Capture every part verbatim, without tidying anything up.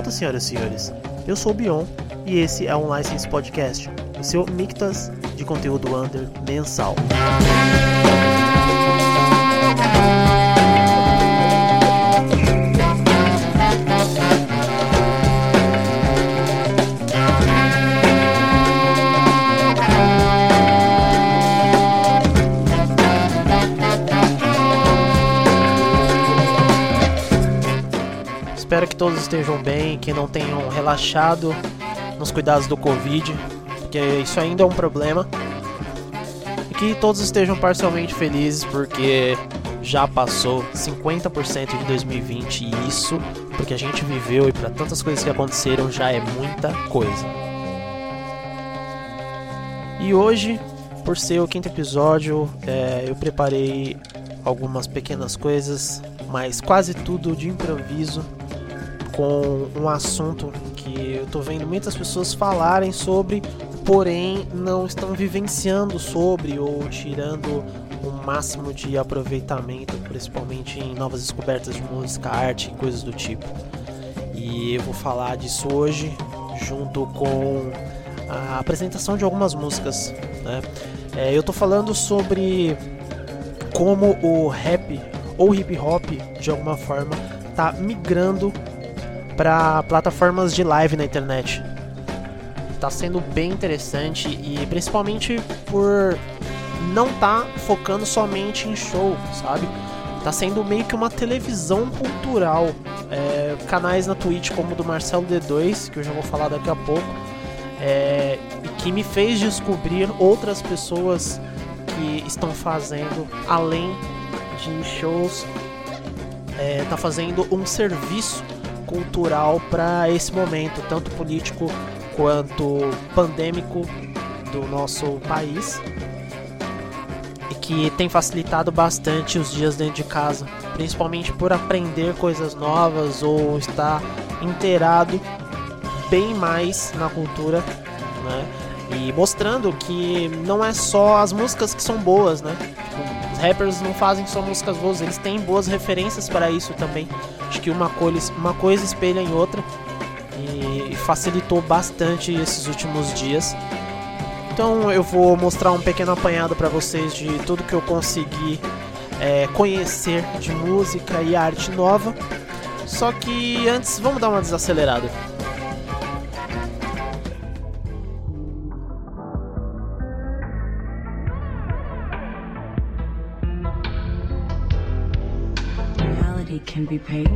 volta, senhoras e senhores. Eu sou o Bion e esse é o License Podcast, o seu mictas de conteúdo under mensal. Espero que todos estejam bem, que não tenham relaxado nos cuidados do Covid, porque isso ainda é um problema. E que todos estejam parcialmente felizes, porque já passou cinquenta por cento de dois mil e vinte e isso, porque a gente viveu e para tantas coisas que aconteceram, já é muita coisa. E hoje, por ser o quinto episódio, é, eu preparei algumas pequenas coisas, mas quase tudo de improviso, com um assunto que eu tô vendo muitas pessoas falarem sobre, porém não estão vivenciando sobre ou tirando o máximo de aproveitamento, principalmente em novas descobertas de música, arte e coisas do tipo. E eu vou falar disso hoje, junto com a apresentação de algumas músicas, né? É, eu tô falando sobre como o rap ou hip hop, de alguma forma, tá migrando para plataformas de live na internet. Tá sendo bem interessante e principalmente por não tá focando somente em show, sabe? Tá sendo meio que uma televisão cultural. É, canais na Twitch como o do Marcelo D dois, que eu já vou falar daqui a pouco, é, que me fez descobrir outras pessoas que estão fazendo, além de shows, é, tá fazendo um serviço cultural para esse momento, tanto político quanto pandêmico do nosso país, e que tem facilitado bastante os dias dentro de casa, principalmente por aprender coisas novas ou estar inteirado bem mais na cultura, né? E mostrando que não é só as músicas que são boas, né? Os rappers não fazem só músicas boas, eles têm boas referências para isso também. Acho que uma coisa, uma coisa espelha em outra e facilitou bastante esses últimos dias. Então eu vou mostrar um pequeno apanhado para vocês de tudo que eu consegui é, conhecer de música e arte nova. Só que antes, vamos dar uma desacelerada. Can be painful.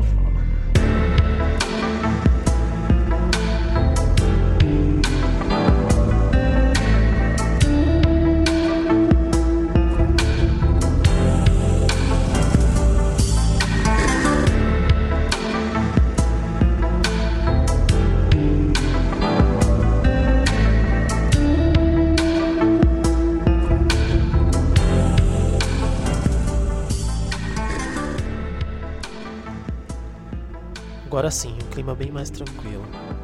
Agora sim, um clima bem mais tranquilo.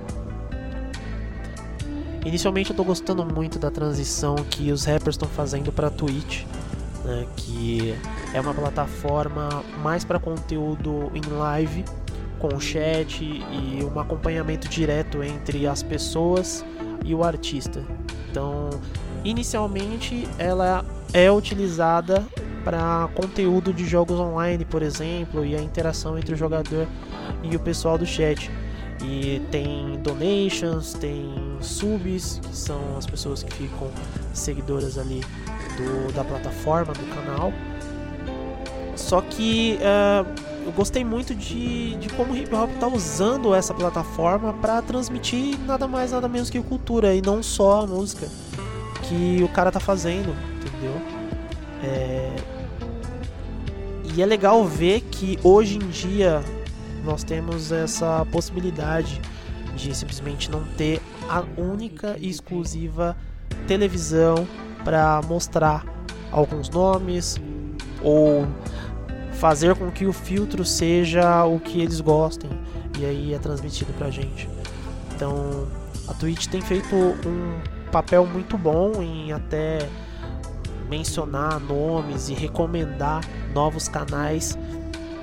Inicialmente eu tô gostando muito da transição que os rappers estão fazendo para Twitch, né, que é uma plataforma mais para conteúdo em live, com chat e um acompanhamento direto entre as pessoas e o artista. Então, inicialmente ela é utilizada para conteúdo de jogos online, por exemplo, e a interação entre o jogador e o pessoal do chat. E tem donations, tem subs, que são as pessoas que ficam seguidoras ali do, da plataforma, do canal. Só que uh, eu gostei muito de, de como o hip hop tá usando essa plataforma para transmitir nada mais, nada menos que cultura, e não só a música que o cara tá fazendo, entendeu? É... E é legal ver que hoje em dia nós temos essa possibilidade de simplesmente não ter a única e exclusiva televisão para mostrar alguns nomes ou fazer com que o filtro seja o que eles gostem, e aí é transmitido pra gente. Então a Twitch tem feito um papel muito bom em até mencionar nomes e recomendar novos canais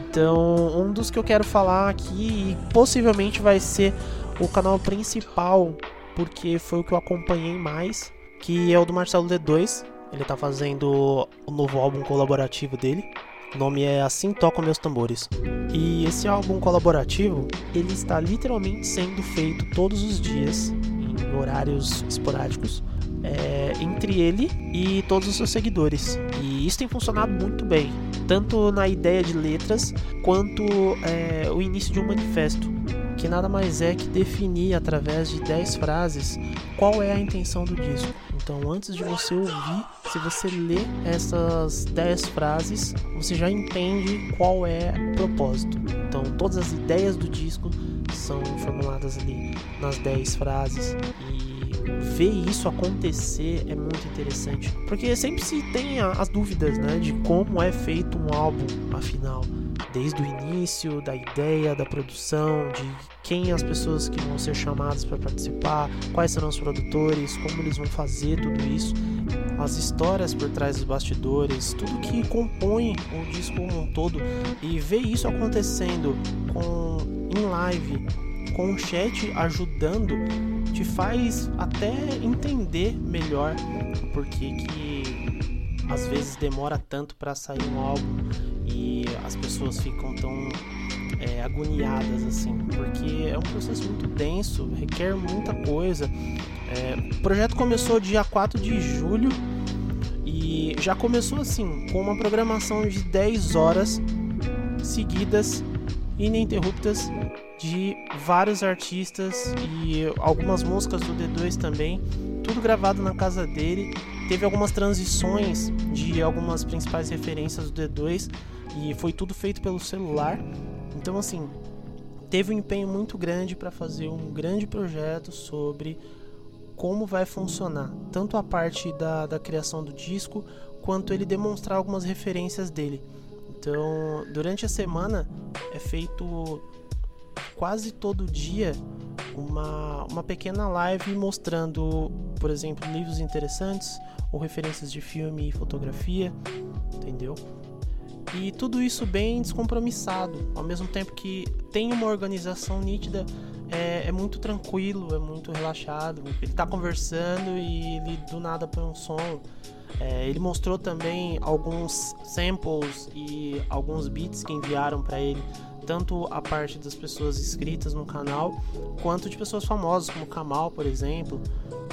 Então, um dos que eu quero falar aqui, e possivelmente vai ser o canal principal, porque foi o que eu acompanhei mais, que é o do Marcelo D dois. Ele tá fazendo o novo álbum colaborativo dele. O nome é Assim Tocam Meus Tambores. E esse álbum colaborativo, ele está literalmente sendo feito todos os dias, em horários esporádicos, é, entre ele e todos os seus seguidores. E isso tem funcionado muito bem, tanto na ideia de letras, quanto é, o início de um manifesto, que nada mais é que definir através de dez frases qual é a intenção do disco. Então, antes de você ouvir, se você ler essas dez frases, você já entende qual é o propósito. Então, todas as ideias do disco são formuladas ali nas dez frases, e ver isso acontecer é muito interessante, porque sempre se tem as dúvidas, né, de como é feito um álbum, afinal, desde o início, da ideia, da produção, de quem as pessoas que vão ser chamadas para participar, quais serão os produtores, como eles vão fazer tudo isso, as histórias por trás dos bastidores, tudo que compõe o disco como um todo. E ver isso acontecendo com, em live, com o chat ajudando, te faz até entender melhor porque que às vezes demora tanto para sair um álbum e as pessoas ficam tão é, agoniadas assim, porque é um processo muito denso, requer muita coisa. É, o projeto começou dia quatro de julho e já começou assim, com uma programação de dez horas seguidas, ininterruptas, de vários artistas e algumas músicas do D dois também, tudo gravado na casa dele. Teve algumas transições de algumas principais referências do D dois e foi tudo feito pelo celular. Então assim, teve um empenho muito grande para fazer um grande projeto sobre como vai funcionar, tanto a parte da, da criação do disco, quanto ele demonstrar algumas referências dele. Então, durante a semana é feito quase todo dia uma, uma pequena live mostrando, por exemplo, livros interessantes ou referências de filme e fotografia, entendeu? E tudo isso bem descompromissado, ao mesmo tempo que tem uma organização nítida. É, é muito tranquilo, é muito relaxado. Ele tá conversando e ele do nada põe um som. É, ele mostrou também alguns samples e alguns beats que enviaram para ele, tanto a parte das pessoas inscritas no canal, quanto de pessoas famosas, como Kamal, por exemplo.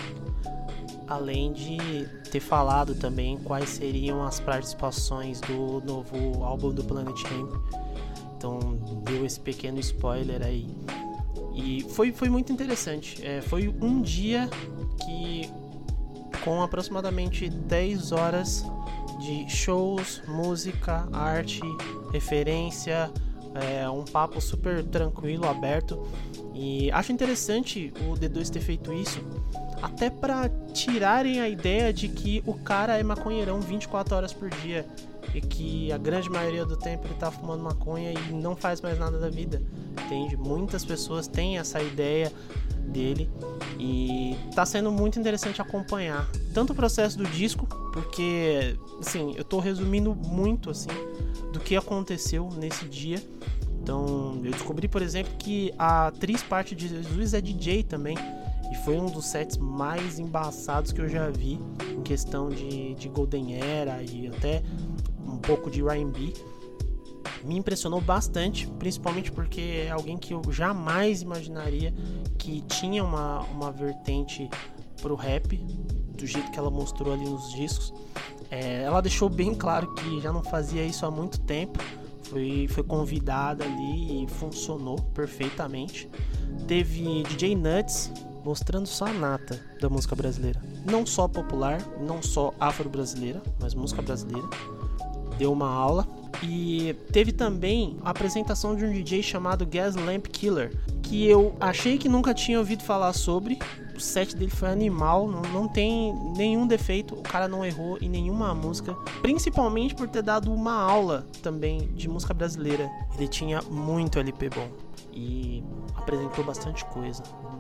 Além de ter falado também quais seriam as participações do novo álbum do Planet Hemp. Então deu esse pequeno spoiler aí. E foi, foi muito interessante. É, foi um dia que, com aproximadamente dez horas de shows, música, arte, referência, é, um papo super tranquilo, aberto. E acho interessante o D dois ter feito isso, até para tirarem a ideia de que o cara é maconheirão vinte e quatro horas por dia e que a grande maioria do tempo ele tá fumando maconha e não faz mais nada da vida, entende? Muitas pessoas têm essa ideia dele e tá sendo muito interessante acompanhar tanto o processo do disco, porque assim, eu tô resumindo muito assim do que aconteceu nesse dia. Então eu descobri, por exemplo, que a atriz Parte de Jesus é D J também, e foi um dos sets mais embaçados que eu já vi em questão de, de Golden Era e até um pouco de R and B. Me impressionou bastante, principalmente porque é alguém que eu jamais imaginaria que tinha uma, uma vertente pro rap, do jeito que ela mostrou ali nos discos. É, ela deixou bem claro que já não fazia isso há muito tempo. Foi, foi convidada ali e funcionou perfeitamente. Teve D J Nuts mostrando só a nata da música brasileira, não só popular, não só afro-brasileira, mas música brasileira. Deu uma aula. E teve também a apresentação de um D J chamado Gas Lamp Killer, que eu achei que nunca tinha ouvido falar sobre. O set dele foi animal, não, não tem nenhum defeito, o cara não errou em nenhuma música, principalmente por ter dado uma aula também de música brasileira. Ele tinha muito L P bom e apresentou bastante coisa.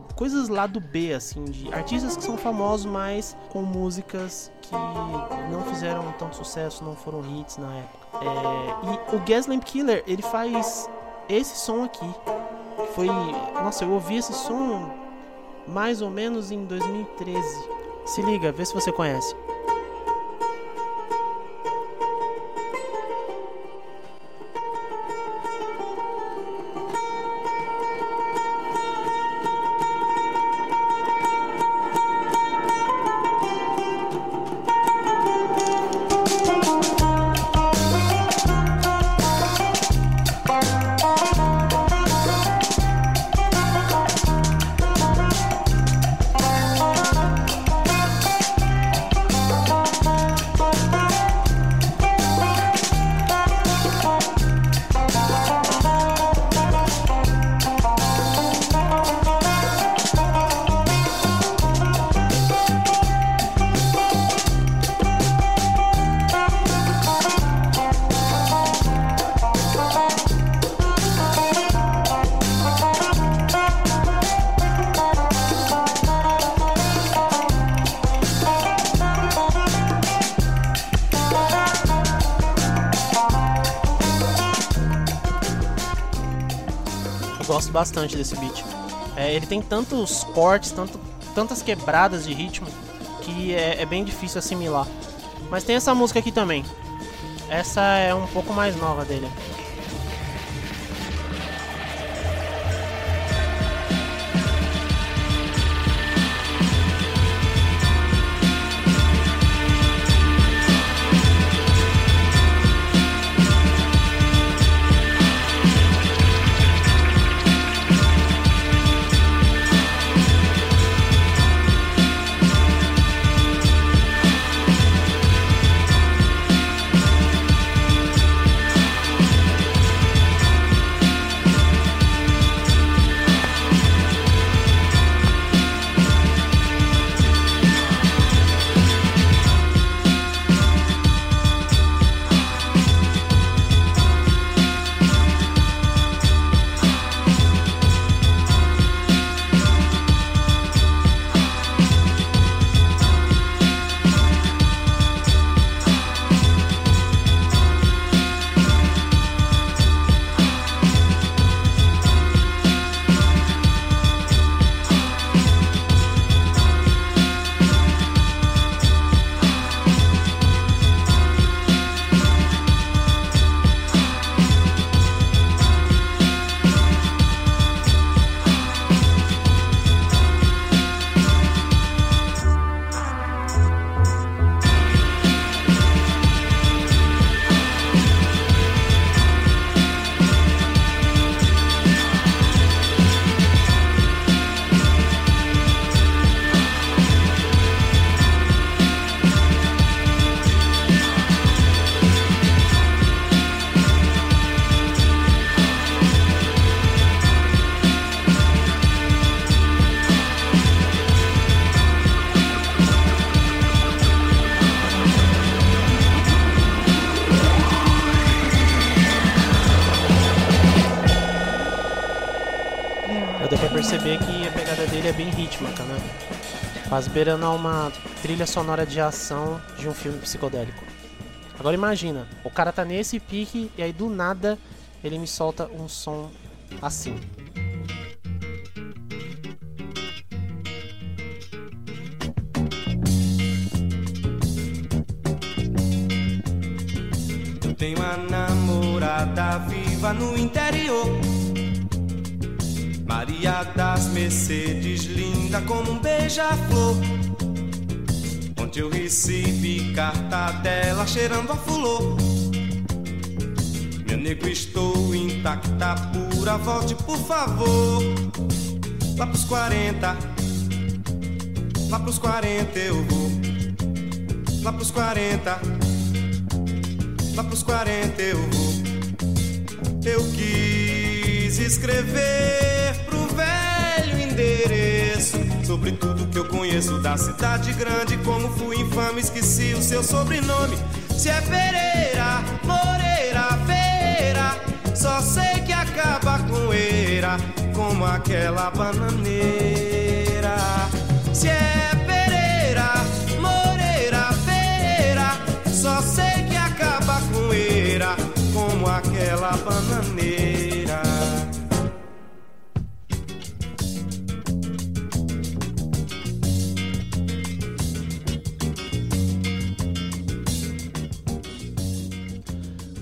coisas lá do B, assim, de artistas que são famosos, mas com músicas que não fizeram tanto sucesso, não foram hits na época. É, e o Gaslamp Killer, ele faz esse som aqui. Foi, nossa, eu ouvi esse som mais ou menos em dois mil e treze. Se liga, vê se você conhece. Gosto bastante desse beat. É, ele tem tantos cortes, tanto, tantas quebradas de ritmo que é, é bem difícil assimilar. Mas tem essa música aqui também. Essa é um pouco mais nova dele. Deu pra perceber que a pegada dele é bem rítmica, né? Quase beirando a uma trilha sonora de ação de um filme psicodélico. Agora imagina, o cara tá nesse pique e aí do nada ele me solta um som assim. Eu tenho uma namorada viva no interior, Maria das Mercedes, linda como um beija-flor. Onde eu recebi carta dela cheirando a fulô. Meu nego, estou intacta, pura, volte por favor. Lá pros quarenta, lá pros quarenta eu vou. Lá pros quarenta, lá pros quarenta eu vou. Eu quis escrever pro velho endereço sobre tudo que eu conheço da cidade grande. Como fui infame, esqueci o seu sobrenome. Se é Pereira, Moreira, Feira, só sei que acaba com eira, como aquela bananeira.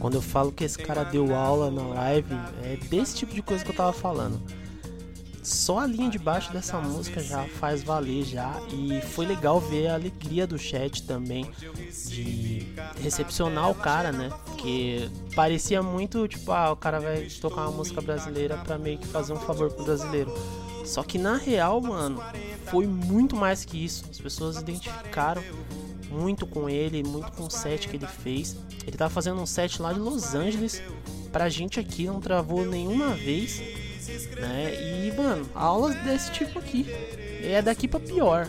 Quando eu falo que esse cara deu aula na live, é desse tipo de coisa que eu tava falando. Só a linha de baixo dessa música já faz valer já. E foi legal ver a alegria do chat também de recepcionar o cara, né? Porque parecia muito tipo, ah, o cara vai tocar uma música brasileira pra meio que fazer um favor pro brasileiro. Só que na real, mano, foi muito mais que isso. As pessoas identificaram muito com ele, muito com o set que ele fez. Ele tava fazendo um set lá de Los Angeles. Pra gente aqui não travou nenhuma vez, né? E, mano, aulas desse tipo aqui é daqui pra pior.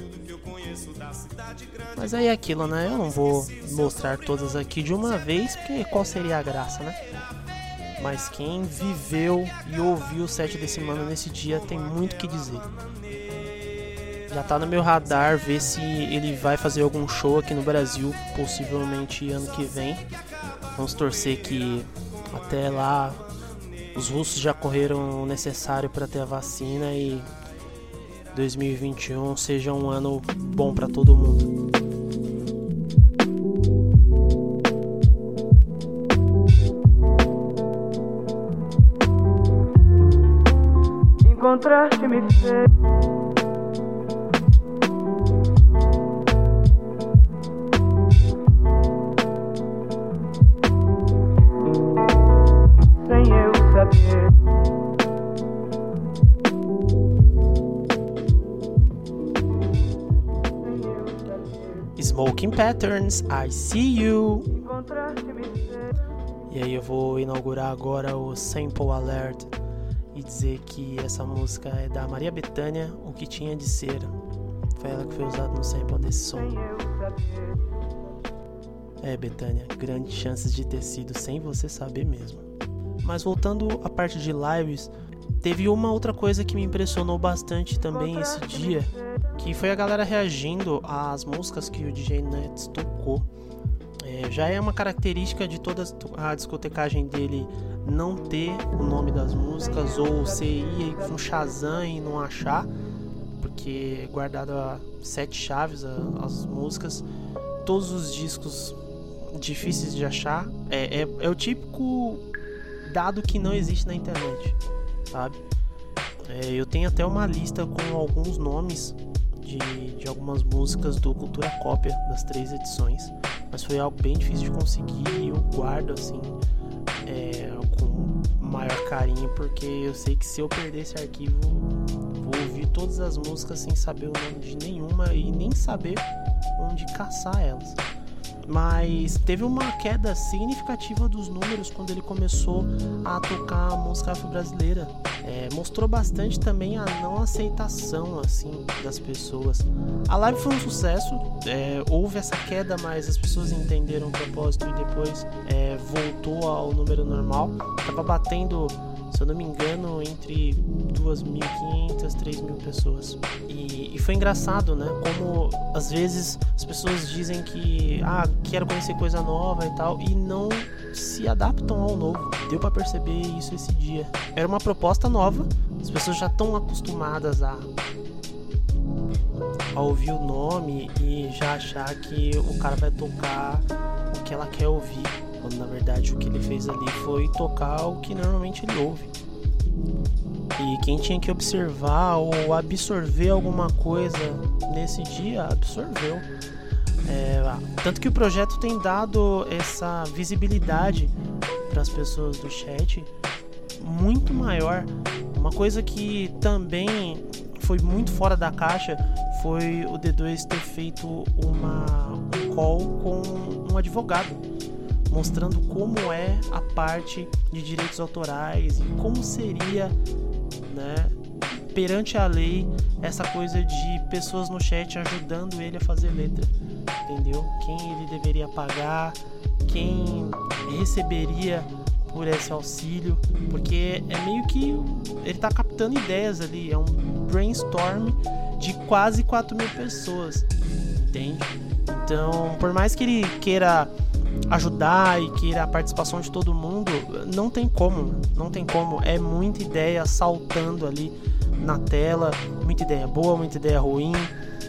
Mas aí é aquilo, né? Eu não vou mostrar todas aqui de uma vez, porque qual seria a graça, né? Mas quem viveu e ouviu o set desse mano nesse dia tem muito o que dizer. Já tá no meu radar ver se ele vai fazer algum show aqui no Brasil, possivelmente ano que vem. Vamos torcer que até lá os russos já correram o necessário para ter a vacina e dois mil e vinte e um seja um ano bom para todo mundo. Encontraste-me fez sem eu saber. Smoking Patterns, I See You. E aí eu vou inaugurar agora o Sample Alert e dizer que essa música é da Maria Bethânia, O Que Tinha de Ser. Foi ela que foi usada no sample desse som. É, Bethânia, grandes chances de ter sido sem você saber mesmo. Mas voltando à parte de lives, teve uma outra coisa que me impressionou bastante também esse dia, que foi a galera reagindo às músicas que o D J Nuts tocou. É, já é uma característica de toda a discotecagem dele não ter o nome das músicas, ou você ir com Shazam e não achar, porque guardado a sete chaves a, as músicas, todos os discos difíceis de achar, é, é, é o típico dado que não existe na internet, sabe? É, eu tenho até uma lista com alguns nomes de, de algumas músicas do Cultura Cópia das três edições, mas foi algo bem difícil de conseguir e eu guardo assim é, com maior carinho, porque eu sei que se eu perder esse arquivo, vou ouvir todas as músicas sem saber o nome de nenhuma e nem saber onde caçar elas. Mas teve uma queda significativa dos números quando ele começou a tocar a música afro-brasileira. É, mostrou bastante também a não aceitação assim, das pessoas. A live foi um sucesso, é, houve essa queda, mas as pessoas entenderam o propósito e depois é, voltou ao número normal. Tava batendo, se eu não me engano, entre duas mil e quinhentas, três mil pessoas. E, e foi engraçado, né? Como às vezes as pessoas dizem que ah, quero conhecer coisa nova e tal, e não se adaptam ao novo. Deu pra perceber isso esse dia. Era uma proposta nova, as pessoas já estão acostumadas a, a ouvir o nome e já achar que o cara vai tocar o que ela quer ouvir, quando na verdade o que ele fez ali foi tocar o que normalmente ele ouve. E quem tinha que observar ou absorver alguma coisa nesse dia, absorveu. É, tanto que o projeto tem dado essa visibilidade para as pessoas do chat muito maior. Uma coisa que também foi muito fora da caixa foi o D dois ter feito uma, um call com um advogado, mostrando como é a parte de direitos autorais e como seria, né, perante a lei, essa coisa de pessoas no chat ajudando ele a fazer letra, entendeu? Quem ele deveria pagar, quem receberia por esse auxílio, porque é meio que ele tá captando ideias ali, é um brainstorm de quase quatro mil pessoas, entende? Então, por mais que ele queira ajudar e queira a participação de todo mundo, não tem como, não tem como, é muita ideia saltando ali na tela, muita ideia boa, muita ideia ruim,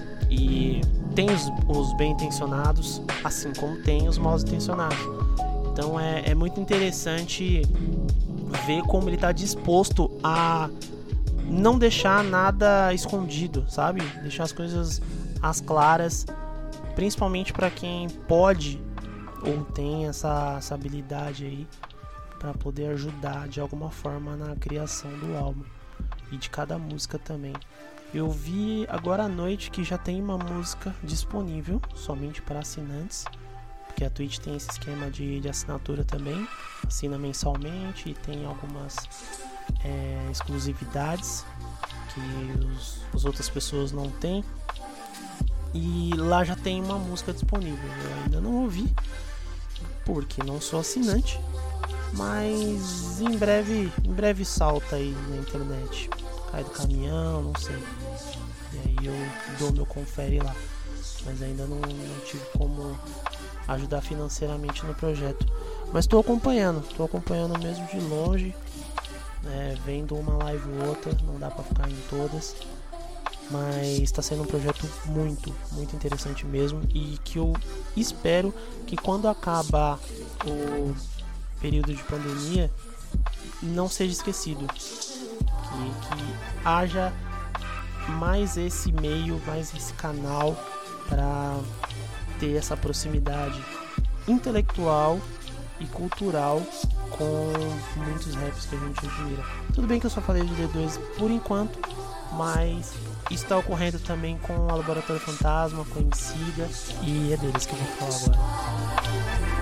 e tem os, os bem intencionados, assim como tem os mal intencionados. Então é, é muito interessante ver como ele tá disposto a não deixar nada escondido, sabe? Deixar as coisas às claras, principalmente para quem pode ou tem essa, essa habilidade aí para poder ajudar de alguma forma na criação do álbum e de cada música também. Eu vi agora à noite que já tem uma música disponível somente para assinantes, porque a Twitch tem esse esquema de, de assinatura também, assina mensalmente e tem algumas é, exclusividades que os, as outras pessoas não têm. E lá já tem uma música disponível. Eu ainda não ouvi, porque não sou assinante, mas em breve, em breve salta aí na internet. Cai do caminhão, não sei. E aí eu dou meu confere lá. Mas ainda não, não tive como ajudar financeiramente no projeto. Mas estou acompanhando, estou acompanhando mesmo de longe, né, vendo uma live ou outra, não dá para ficar em todas. Mas está sendo um projeto muito, muito interessante mesmo, e que eu espero que quando acabar o período de pandemia não seja esquecido, que, que haja mais esse meio, mais esse canal para ter essa proximidade intelectual e cultural com muitos raps que a gente admira. Tudo bem que eu só falei de D dois por enquanto, mas isso está ocorrendo também com o Laboratório Fantasma, com o Emicida, e é deles que eu vou falar agora.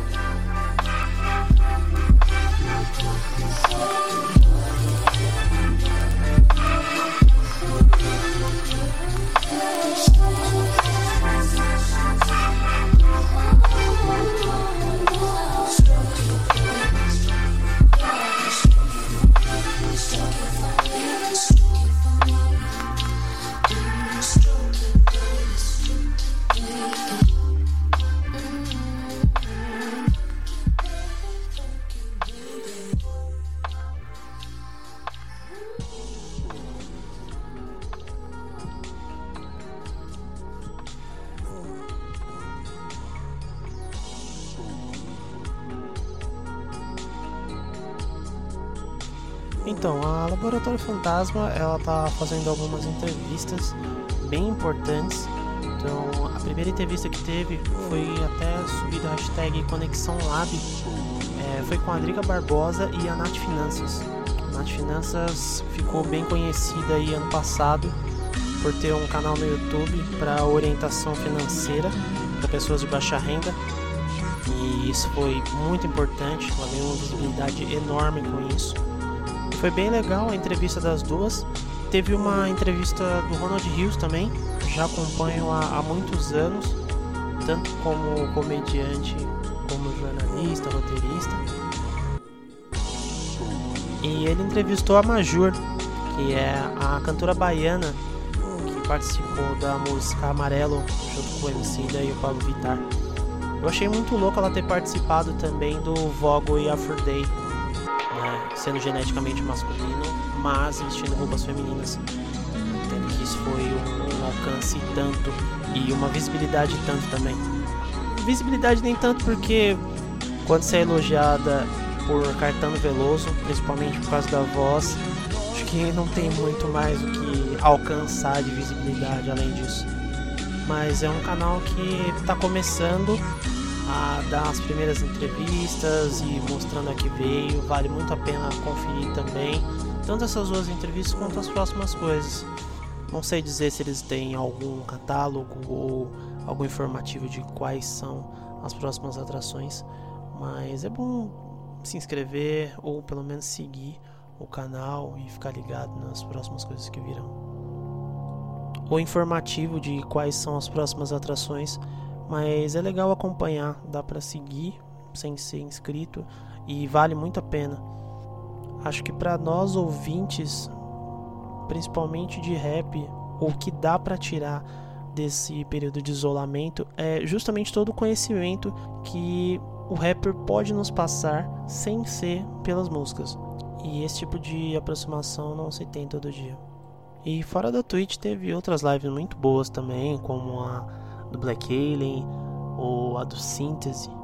Então, a Laboratório Fantasma, ela tá fazendo algumas entrevistas bem importantes. Então, a primeira entrevista que teve foi até subida a hashtag Conexão Lab, é, foi com a Drica Barbosa e a Nath Finanças. A Nath Finanças ficou bem conhecida aí ano passado por ter um canal no YouTube para orientação financeira para pessoas de baixa renda, e isso foi muito importante, ela ganhou uma visibilidade enorme com isso. Foi bem legal a entrevista das duas. Teve uma entrevista do Ronald Rios também, já acompanho há, há muitos anos, tanto como comediante, como jornalista, roteirista. E ele entrevistou a Majur, que é a cantora baiana que participou da música Amarelo junto com o Emicida e o Pablo Vittar. Eu achei muito louco ela ter participado também do Vogue e Afro Day, né, sendo geneticamente masculino, mas vestindo roupas femininas. Entendo que isso foi um, um alcance tanto e uma visibilidade tanto também. Visibilidade nem tanto, porque quando você é elogiada por Caetano Veloso, principalmente por causa da voz, acho que não tem muito mais o que alcançar de visibilidade além disso. Mas é um canal que está começando a dar as primeiras entrevistas e mostrando a que veio. Vale muito a pena conferir também, tanto essas duas entrevistas quanto as próximas coisas. Não sei dizer se eles têm algum catálogo ou algum informativo de quais são as próximas atrações, mas é bom se inscrever ou pelo menos seguir o canal e ficar ligado nas próximas coisas que virão. O informativo de quais são as próximas atrações, mas é legal acompanhar, dá pra seguir sem ser inscrito e vale muito a pena. Acho que pra nós ouvintes, principalmente de rap, o que dá pra tirar desse período de isolamento é justamente todo o conhecimento que o rapper pode nos passar sem ser pelas músicas. E esse tipo de aproximação não se tem todo dia. E fora da Twitch teve outras lives muito boas também, como a do Black Alien ou a do Síntese,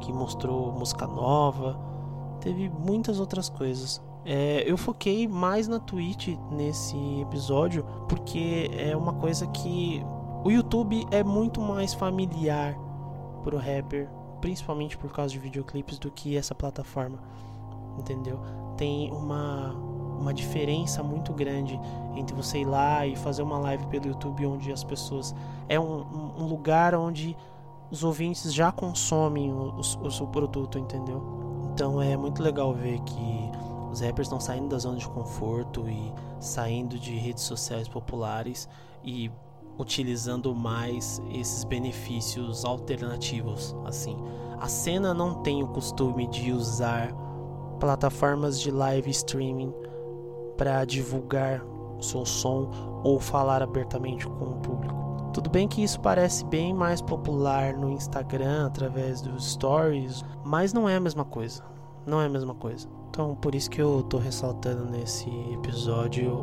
que mostrou música nova, teve muitas outras coisas. É, eu foquei mais na Twitch nesse episódio porque é uma coisa que o YouTube é muito mais familiar pro rapper, principalmente por causa de videoclipes, do que essa plataforma, entendeu? Tem uma, uma diferença muito grande entre você ir lá e fazer uma live pelo YouTube, onde as pessoas... É um, um lugar onde os ouvintes já consomem o, o, o seu produto, entendeu? Então é muito legal ver que os rappers estão saindo da zona de conforto e saindo de redes sociais populares e utilizando mais esses benefícios alternativos. Assim, a cena não tem o costume de usar plataformas de live streaming para divulgar o seu som ou falar abertamente com o público. Tudo bem que isso parece bem mais popular no Instagram através dos stories, mas não é a mesma coisa. Não é a mesma coisa. Então, por isso que eu tô ressaltando nesse episódio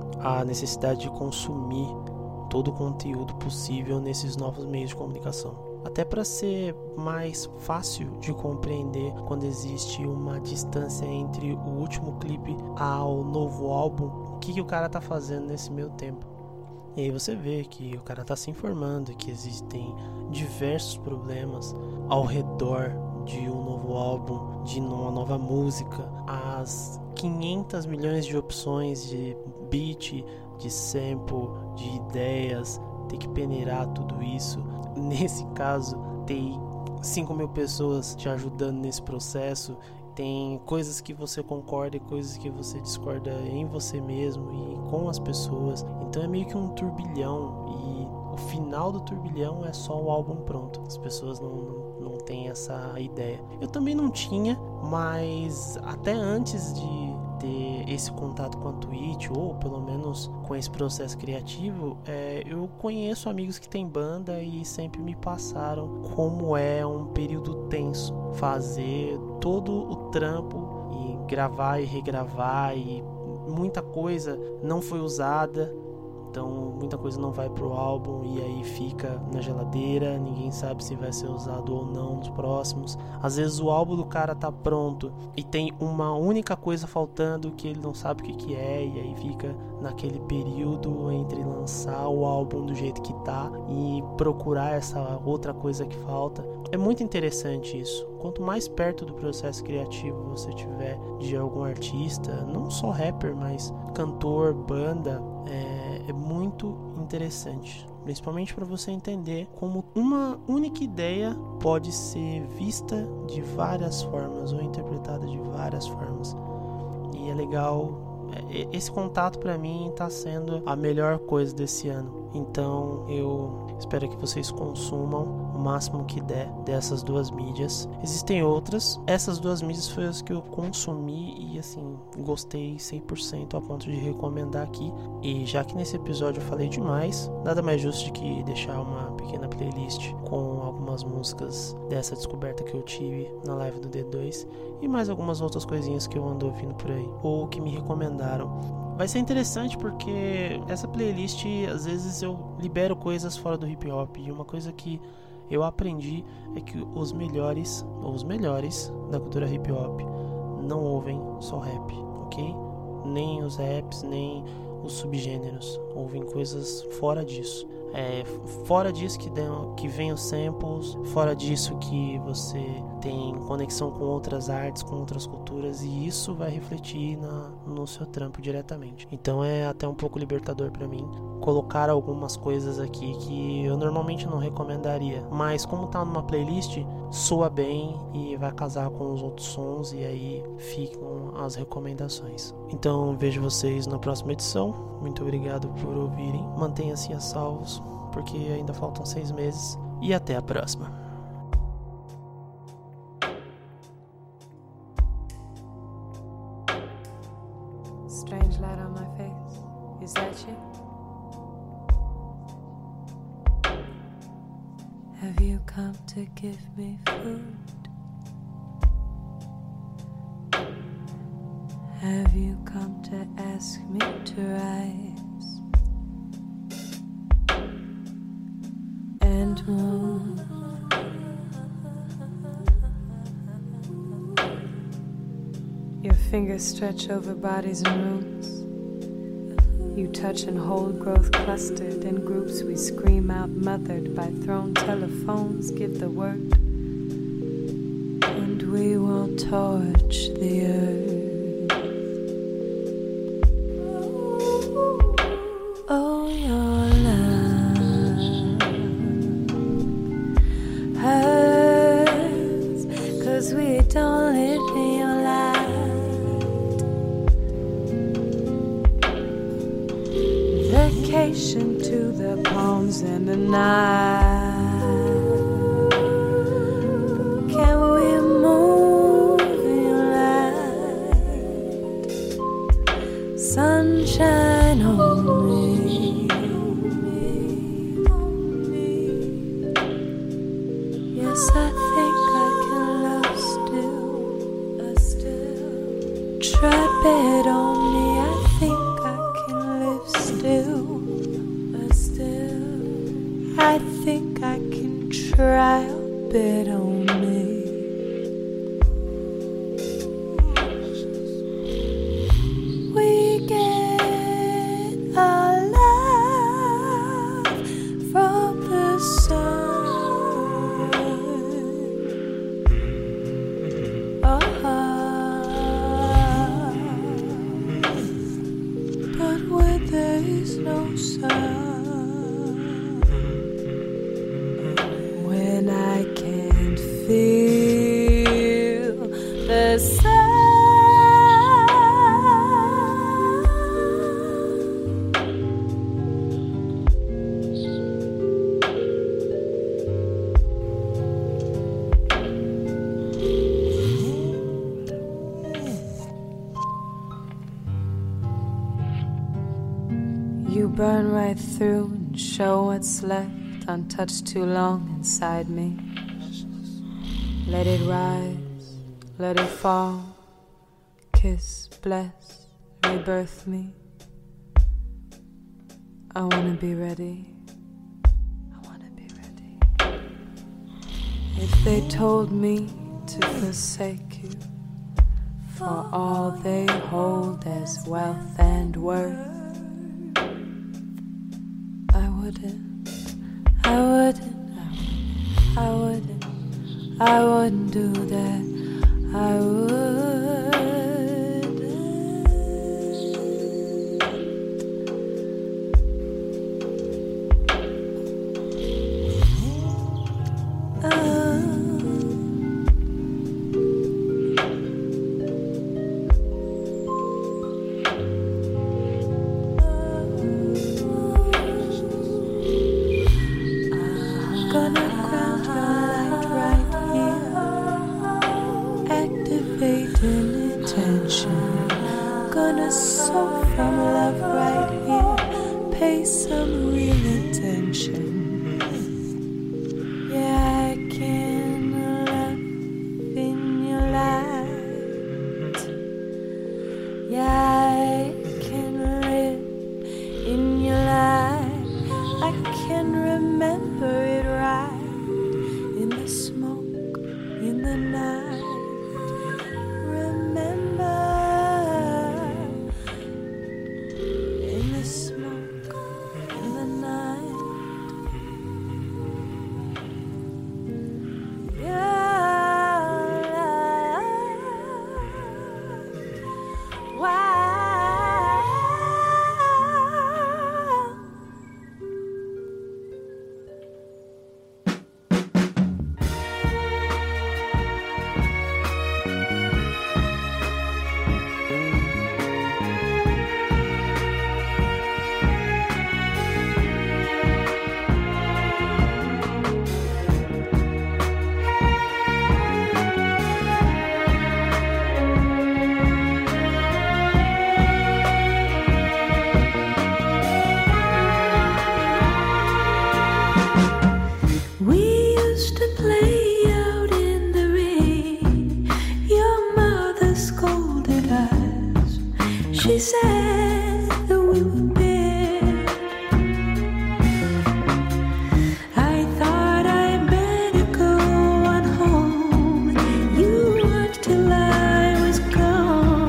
a necessidade de consumir todo o conteúdo possível nesses novos meios de comunicação. Até para ser mais fácil de compreender quando existe uma distância entre o último clipe ao novo álbum, o que, que o cara tá fazendo nesse meio tempo. E aí você vê que o cara tá se informando, que existem diversos problemas ao redor de um novo álbum, de uma nova música, as quinhentas milhões de opções de beat, de sample, de ideias, ter que peneirar tudo isso. Nesse caso, tem cinco mil pessoas te ajudando nesse processo. Tem coisas que você concorda e coisas que você discorda em você mesmo e com as pessoas. Então é meio que um turbilhão, e o final do turbilhão é só o álbum pronto. As pessoas não, não, não têm essa ideia. Eu também não tinha, mas até antes de ter esse contato com a Twitch, ou pelo menos com esse processo criativo, é, eu conheço amigos que têm banda e sempre me passaram como é um período tenso fazer todo o trampo e gravar e regravar, e muita coisa não foi usada, então muita coisa não vai pro álbum e aí fica na geladeira, ninguém sabe se vai ser usado ou não nos próximos. Às vezes o álbum do cara tá pronto e tem uma única coisa faltando que ele não sabe o que que é, e aí fica naquele período entre lançar o álbum do jeito que tá e procurar essa outra coisa que falta. É muito interessante isso. Quanto mais perto do processo criativo você tiver de algum artista, não só rapper, mas cantor, banda, é, é muito interessante. Principalmente para você entender como uma única ideia pode ser vista de várias formas ou interpretada de várias formas. E é legal. Esse contato para mim está sendo a melhor coisa desse ano. Então eu espero que vocês consumam o máximo que der dessas duas mídias. Existem outras. Essas duas mídias foram as que eu consumi e assim, gostei cem por cento a ponto de recomendar aqui. E já que nesse episódio eu falei demais, nada mais justo de que deixar uma pequena playlist com algumas músicas dessa descoberta que eu tive na live do D dois e mais algumas outras coisinhas que eu ando ouvindo por aí ou que me recomendaram. Vai ser interessante porque essa playlist, às vezes eu libero coisas fora do hip hop, e uma coisa que eu aprendi é que os melhores, ou os melhores da cultura hip hop não ouvem só rap, ok? Nem os raps, nem os subgêneros, ouvem coisas fora disso. É, fora disso que, dão, que vem os samples, fora disso que você tem conexão com outras artes, com outras culturas, e isso vai refletir na, no seu trampo diretamente. Então é até um pouco libertador pra mim colocar algumas coisas aqui que eu normalmente não recomendaria, mas como tá numa playlist, soa bem e vai casar com os outros sons, e aí ficam as recomendações. Então vejo vocês na próxima edição. Muito obrigado por ouvirem. Mantenham-se a salvos, porque ainda faltam seis meses. E até a próxima. Strange light on my face. Is that you? Have you come to give me food? Have you come to ask me to rise and move? Your fingers stretch over bodies and rooms. You touch and hold growth clustered in groups. We scream out, mothered by thrown telephones. Give the word, and we will torch the earth. Oh, your love hurts, 'cause we don't live in your light. Vacation to the palms in the night. Can we move in your light? Sunshine on me. Yes, I think I can love still. I still trap it on me. I think I can live still. I still I think I can try a bit on me. We get our love from the sun. Oh, but when there is no sun, when I can't feel the sun. You burn right through and show what's left untouched too long inside me. Let it rise, let it fall, kiss, bless, rebirth me. I wanna be ready, I wanna be ready. If they told me to forsake you for all they hold as wealth and worth, I wouldn't, I wouldn't, I wouldn't, I wouldn't do that. I wouldn't. Gonna ground your light right here, activating intention. Gonna soak from love right here, pay some real attention. Yeah, I can love in your light. Yeah, I can live in your light. I can remember it right in the smoke, in the night. Remember in the smoke, in the night. She said that we were dead. I thought I better go on home. You watched till I was gone.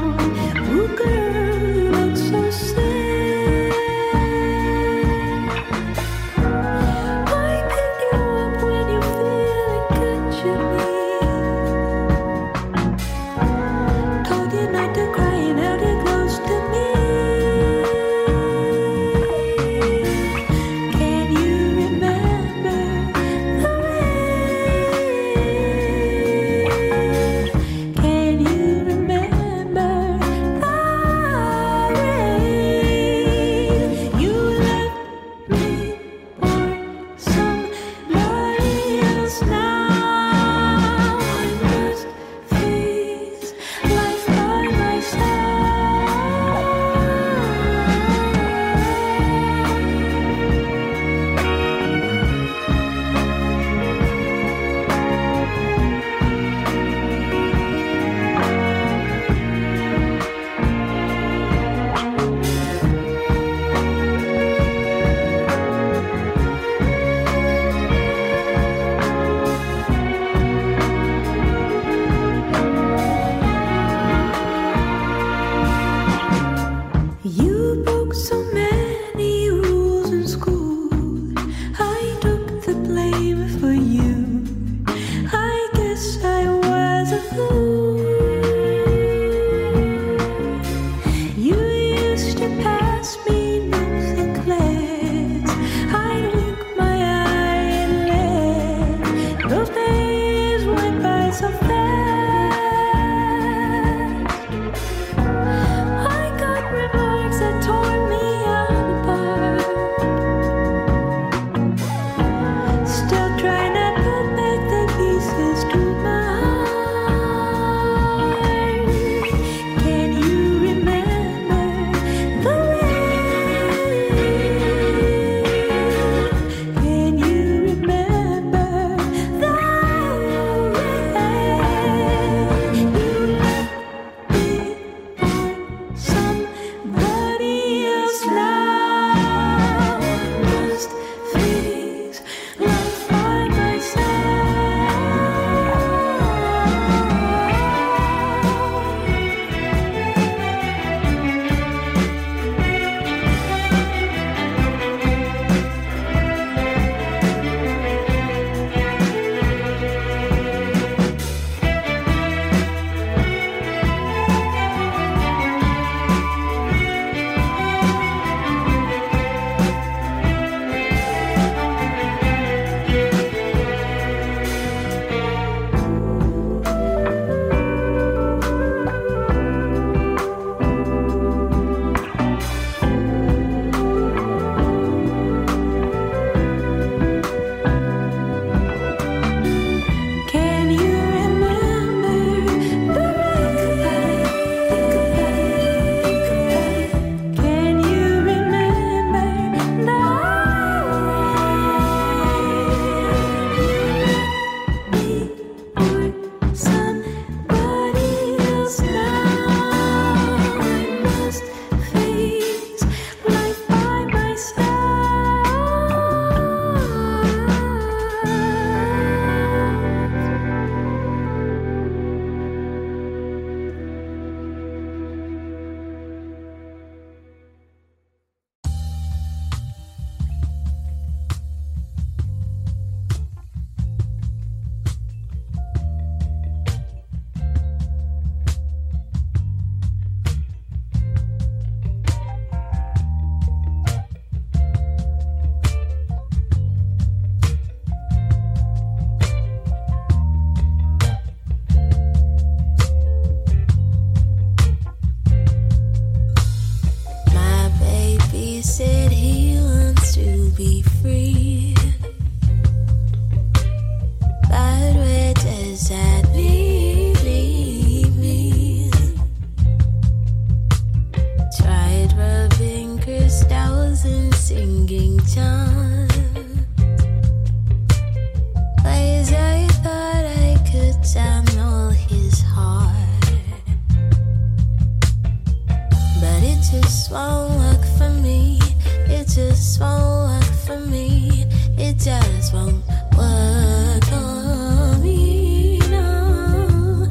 just won't work for me. It just won't work for me. It just won't work for me no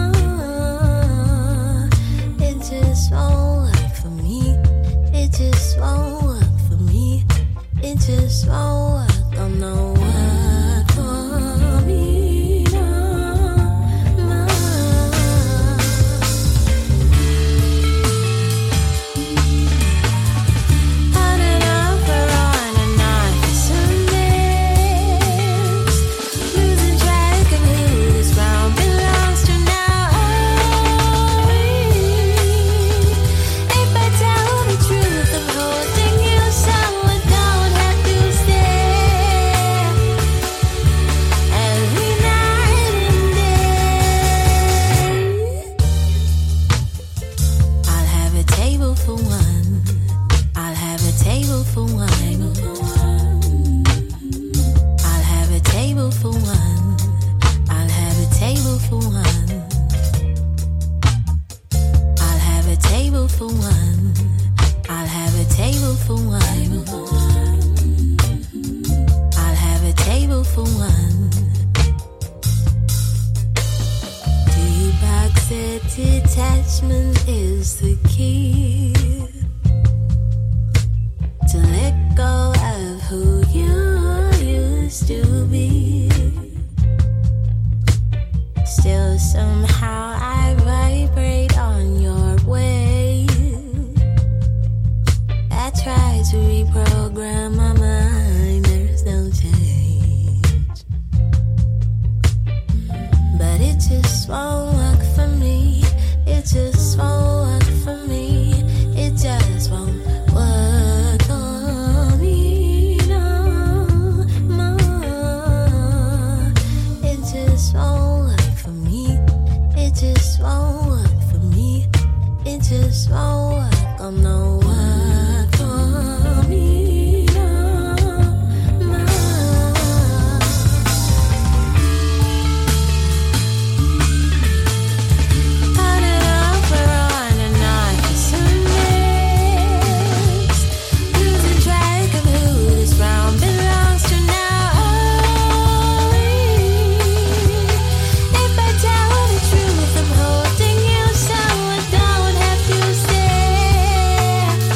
more. It just won't work for me. It just won't work for me. It just won't work. Oh no, work for me no more. On and over, on and on for some days, losing track of who this round belongs to now. Oh, if I tell the truth, I'm holding you so I don't have to stay every night and day. I'll have a table for one. I'll have a table for one. I'll have a table for one. I'll have a table for one. I'll have a table for one. I'll have a table for one. I'll have a table for one. Deepak said detachment is the key to let go of who you used to be. Still somehow I vibrate on your wave. I try to reprogram my mind, there's no change. But it just won't work for me. It just won't work for me. It just won't work for me no more. It just won't work for me. It just won't work for me. It just won't work. Oh no, work for me no more. On and over, on and on for some days, losing track of who this round belongs to now. Oh, if I tell the truth, I'm holding you so I don't have to stay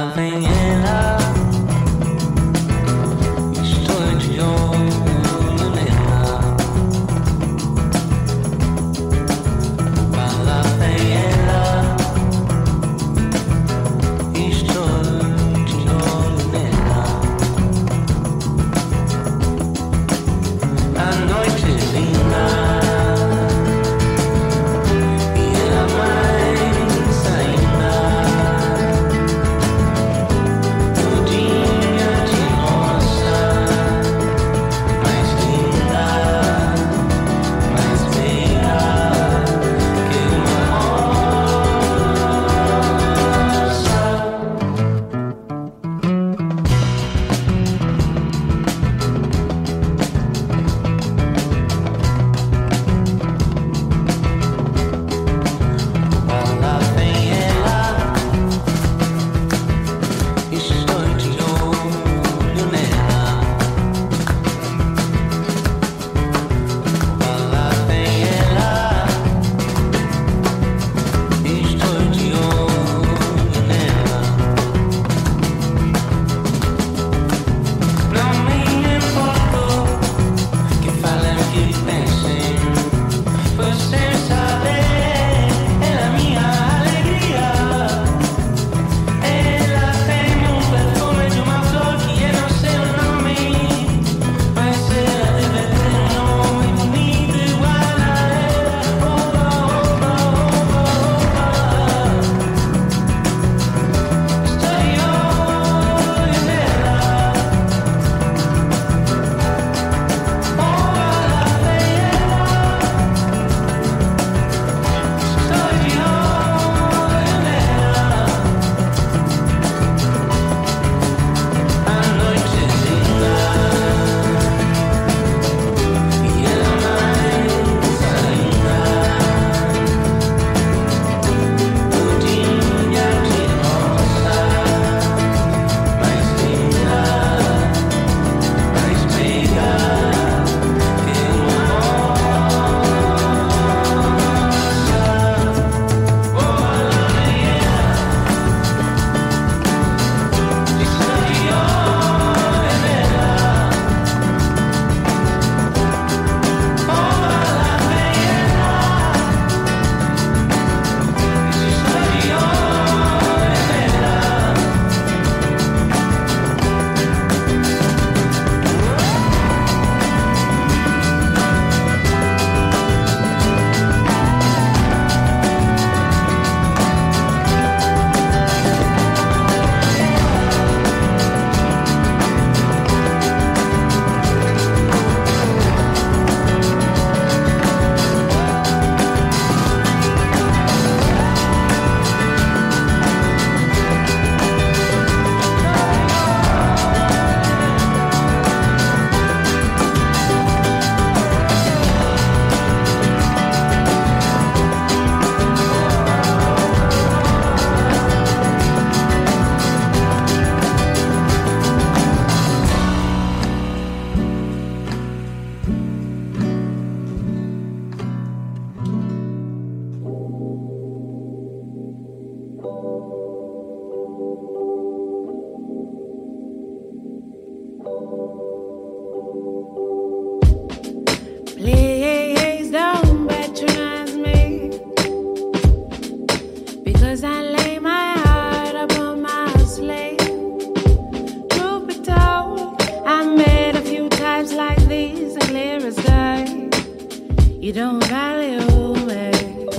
You don't value me.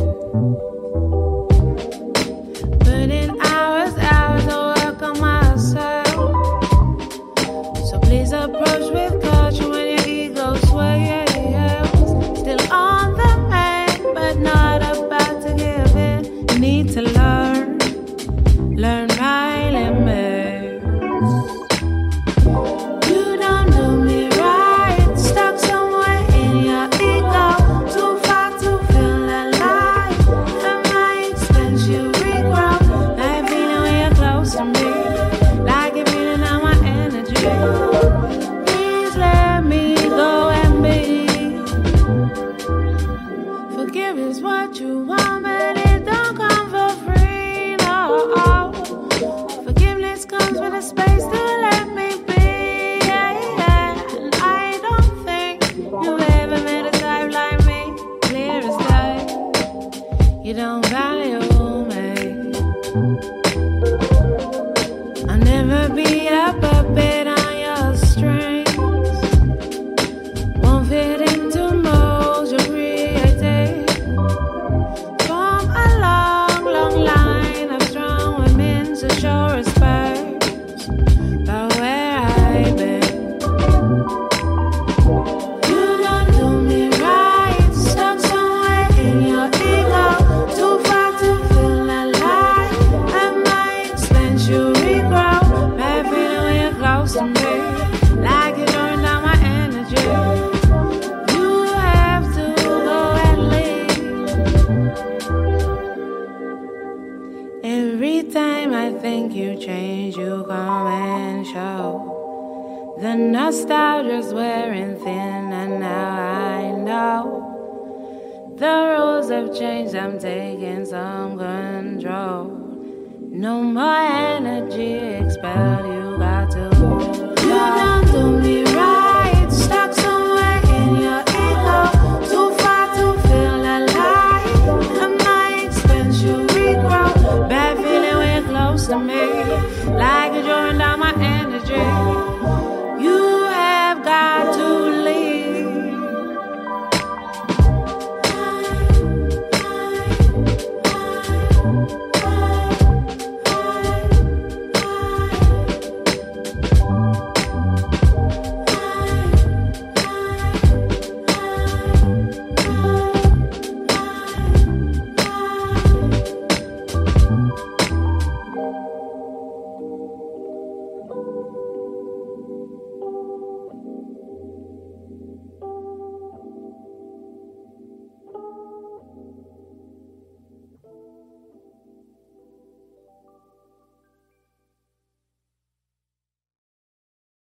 Put in hours, hours of work on myself. So please approach with caution when your ego swells. Still on the man, but not about to give in. You need to learn, learn my limits. comes with a space to let me be. Yeah, yeah. And I don't think you ever met a type like me. Clear as day, you don't value me. I'll never be a puppet on your strings. Won't fit into molds you created. From a long, long line of strong women to show respect for where I've been. You don't do me right, stuck somewhere in your ego, too far to feel alive. At my expense you regrow, bad feeling when you're close to me, like you're drawing down my energy. You have to go and leave. Every time I think you change, you come and show. The nostalgia's wearing thin, and now I know the rules have changed. I'm taking some control. No more energy expelled. You got to. You don't do me right. Stuck somewhere in your ego, too far to feel alive. At my expense, you regrow. Bad feeling when you're close to me, like you're drawing down my energy. You have got to leave.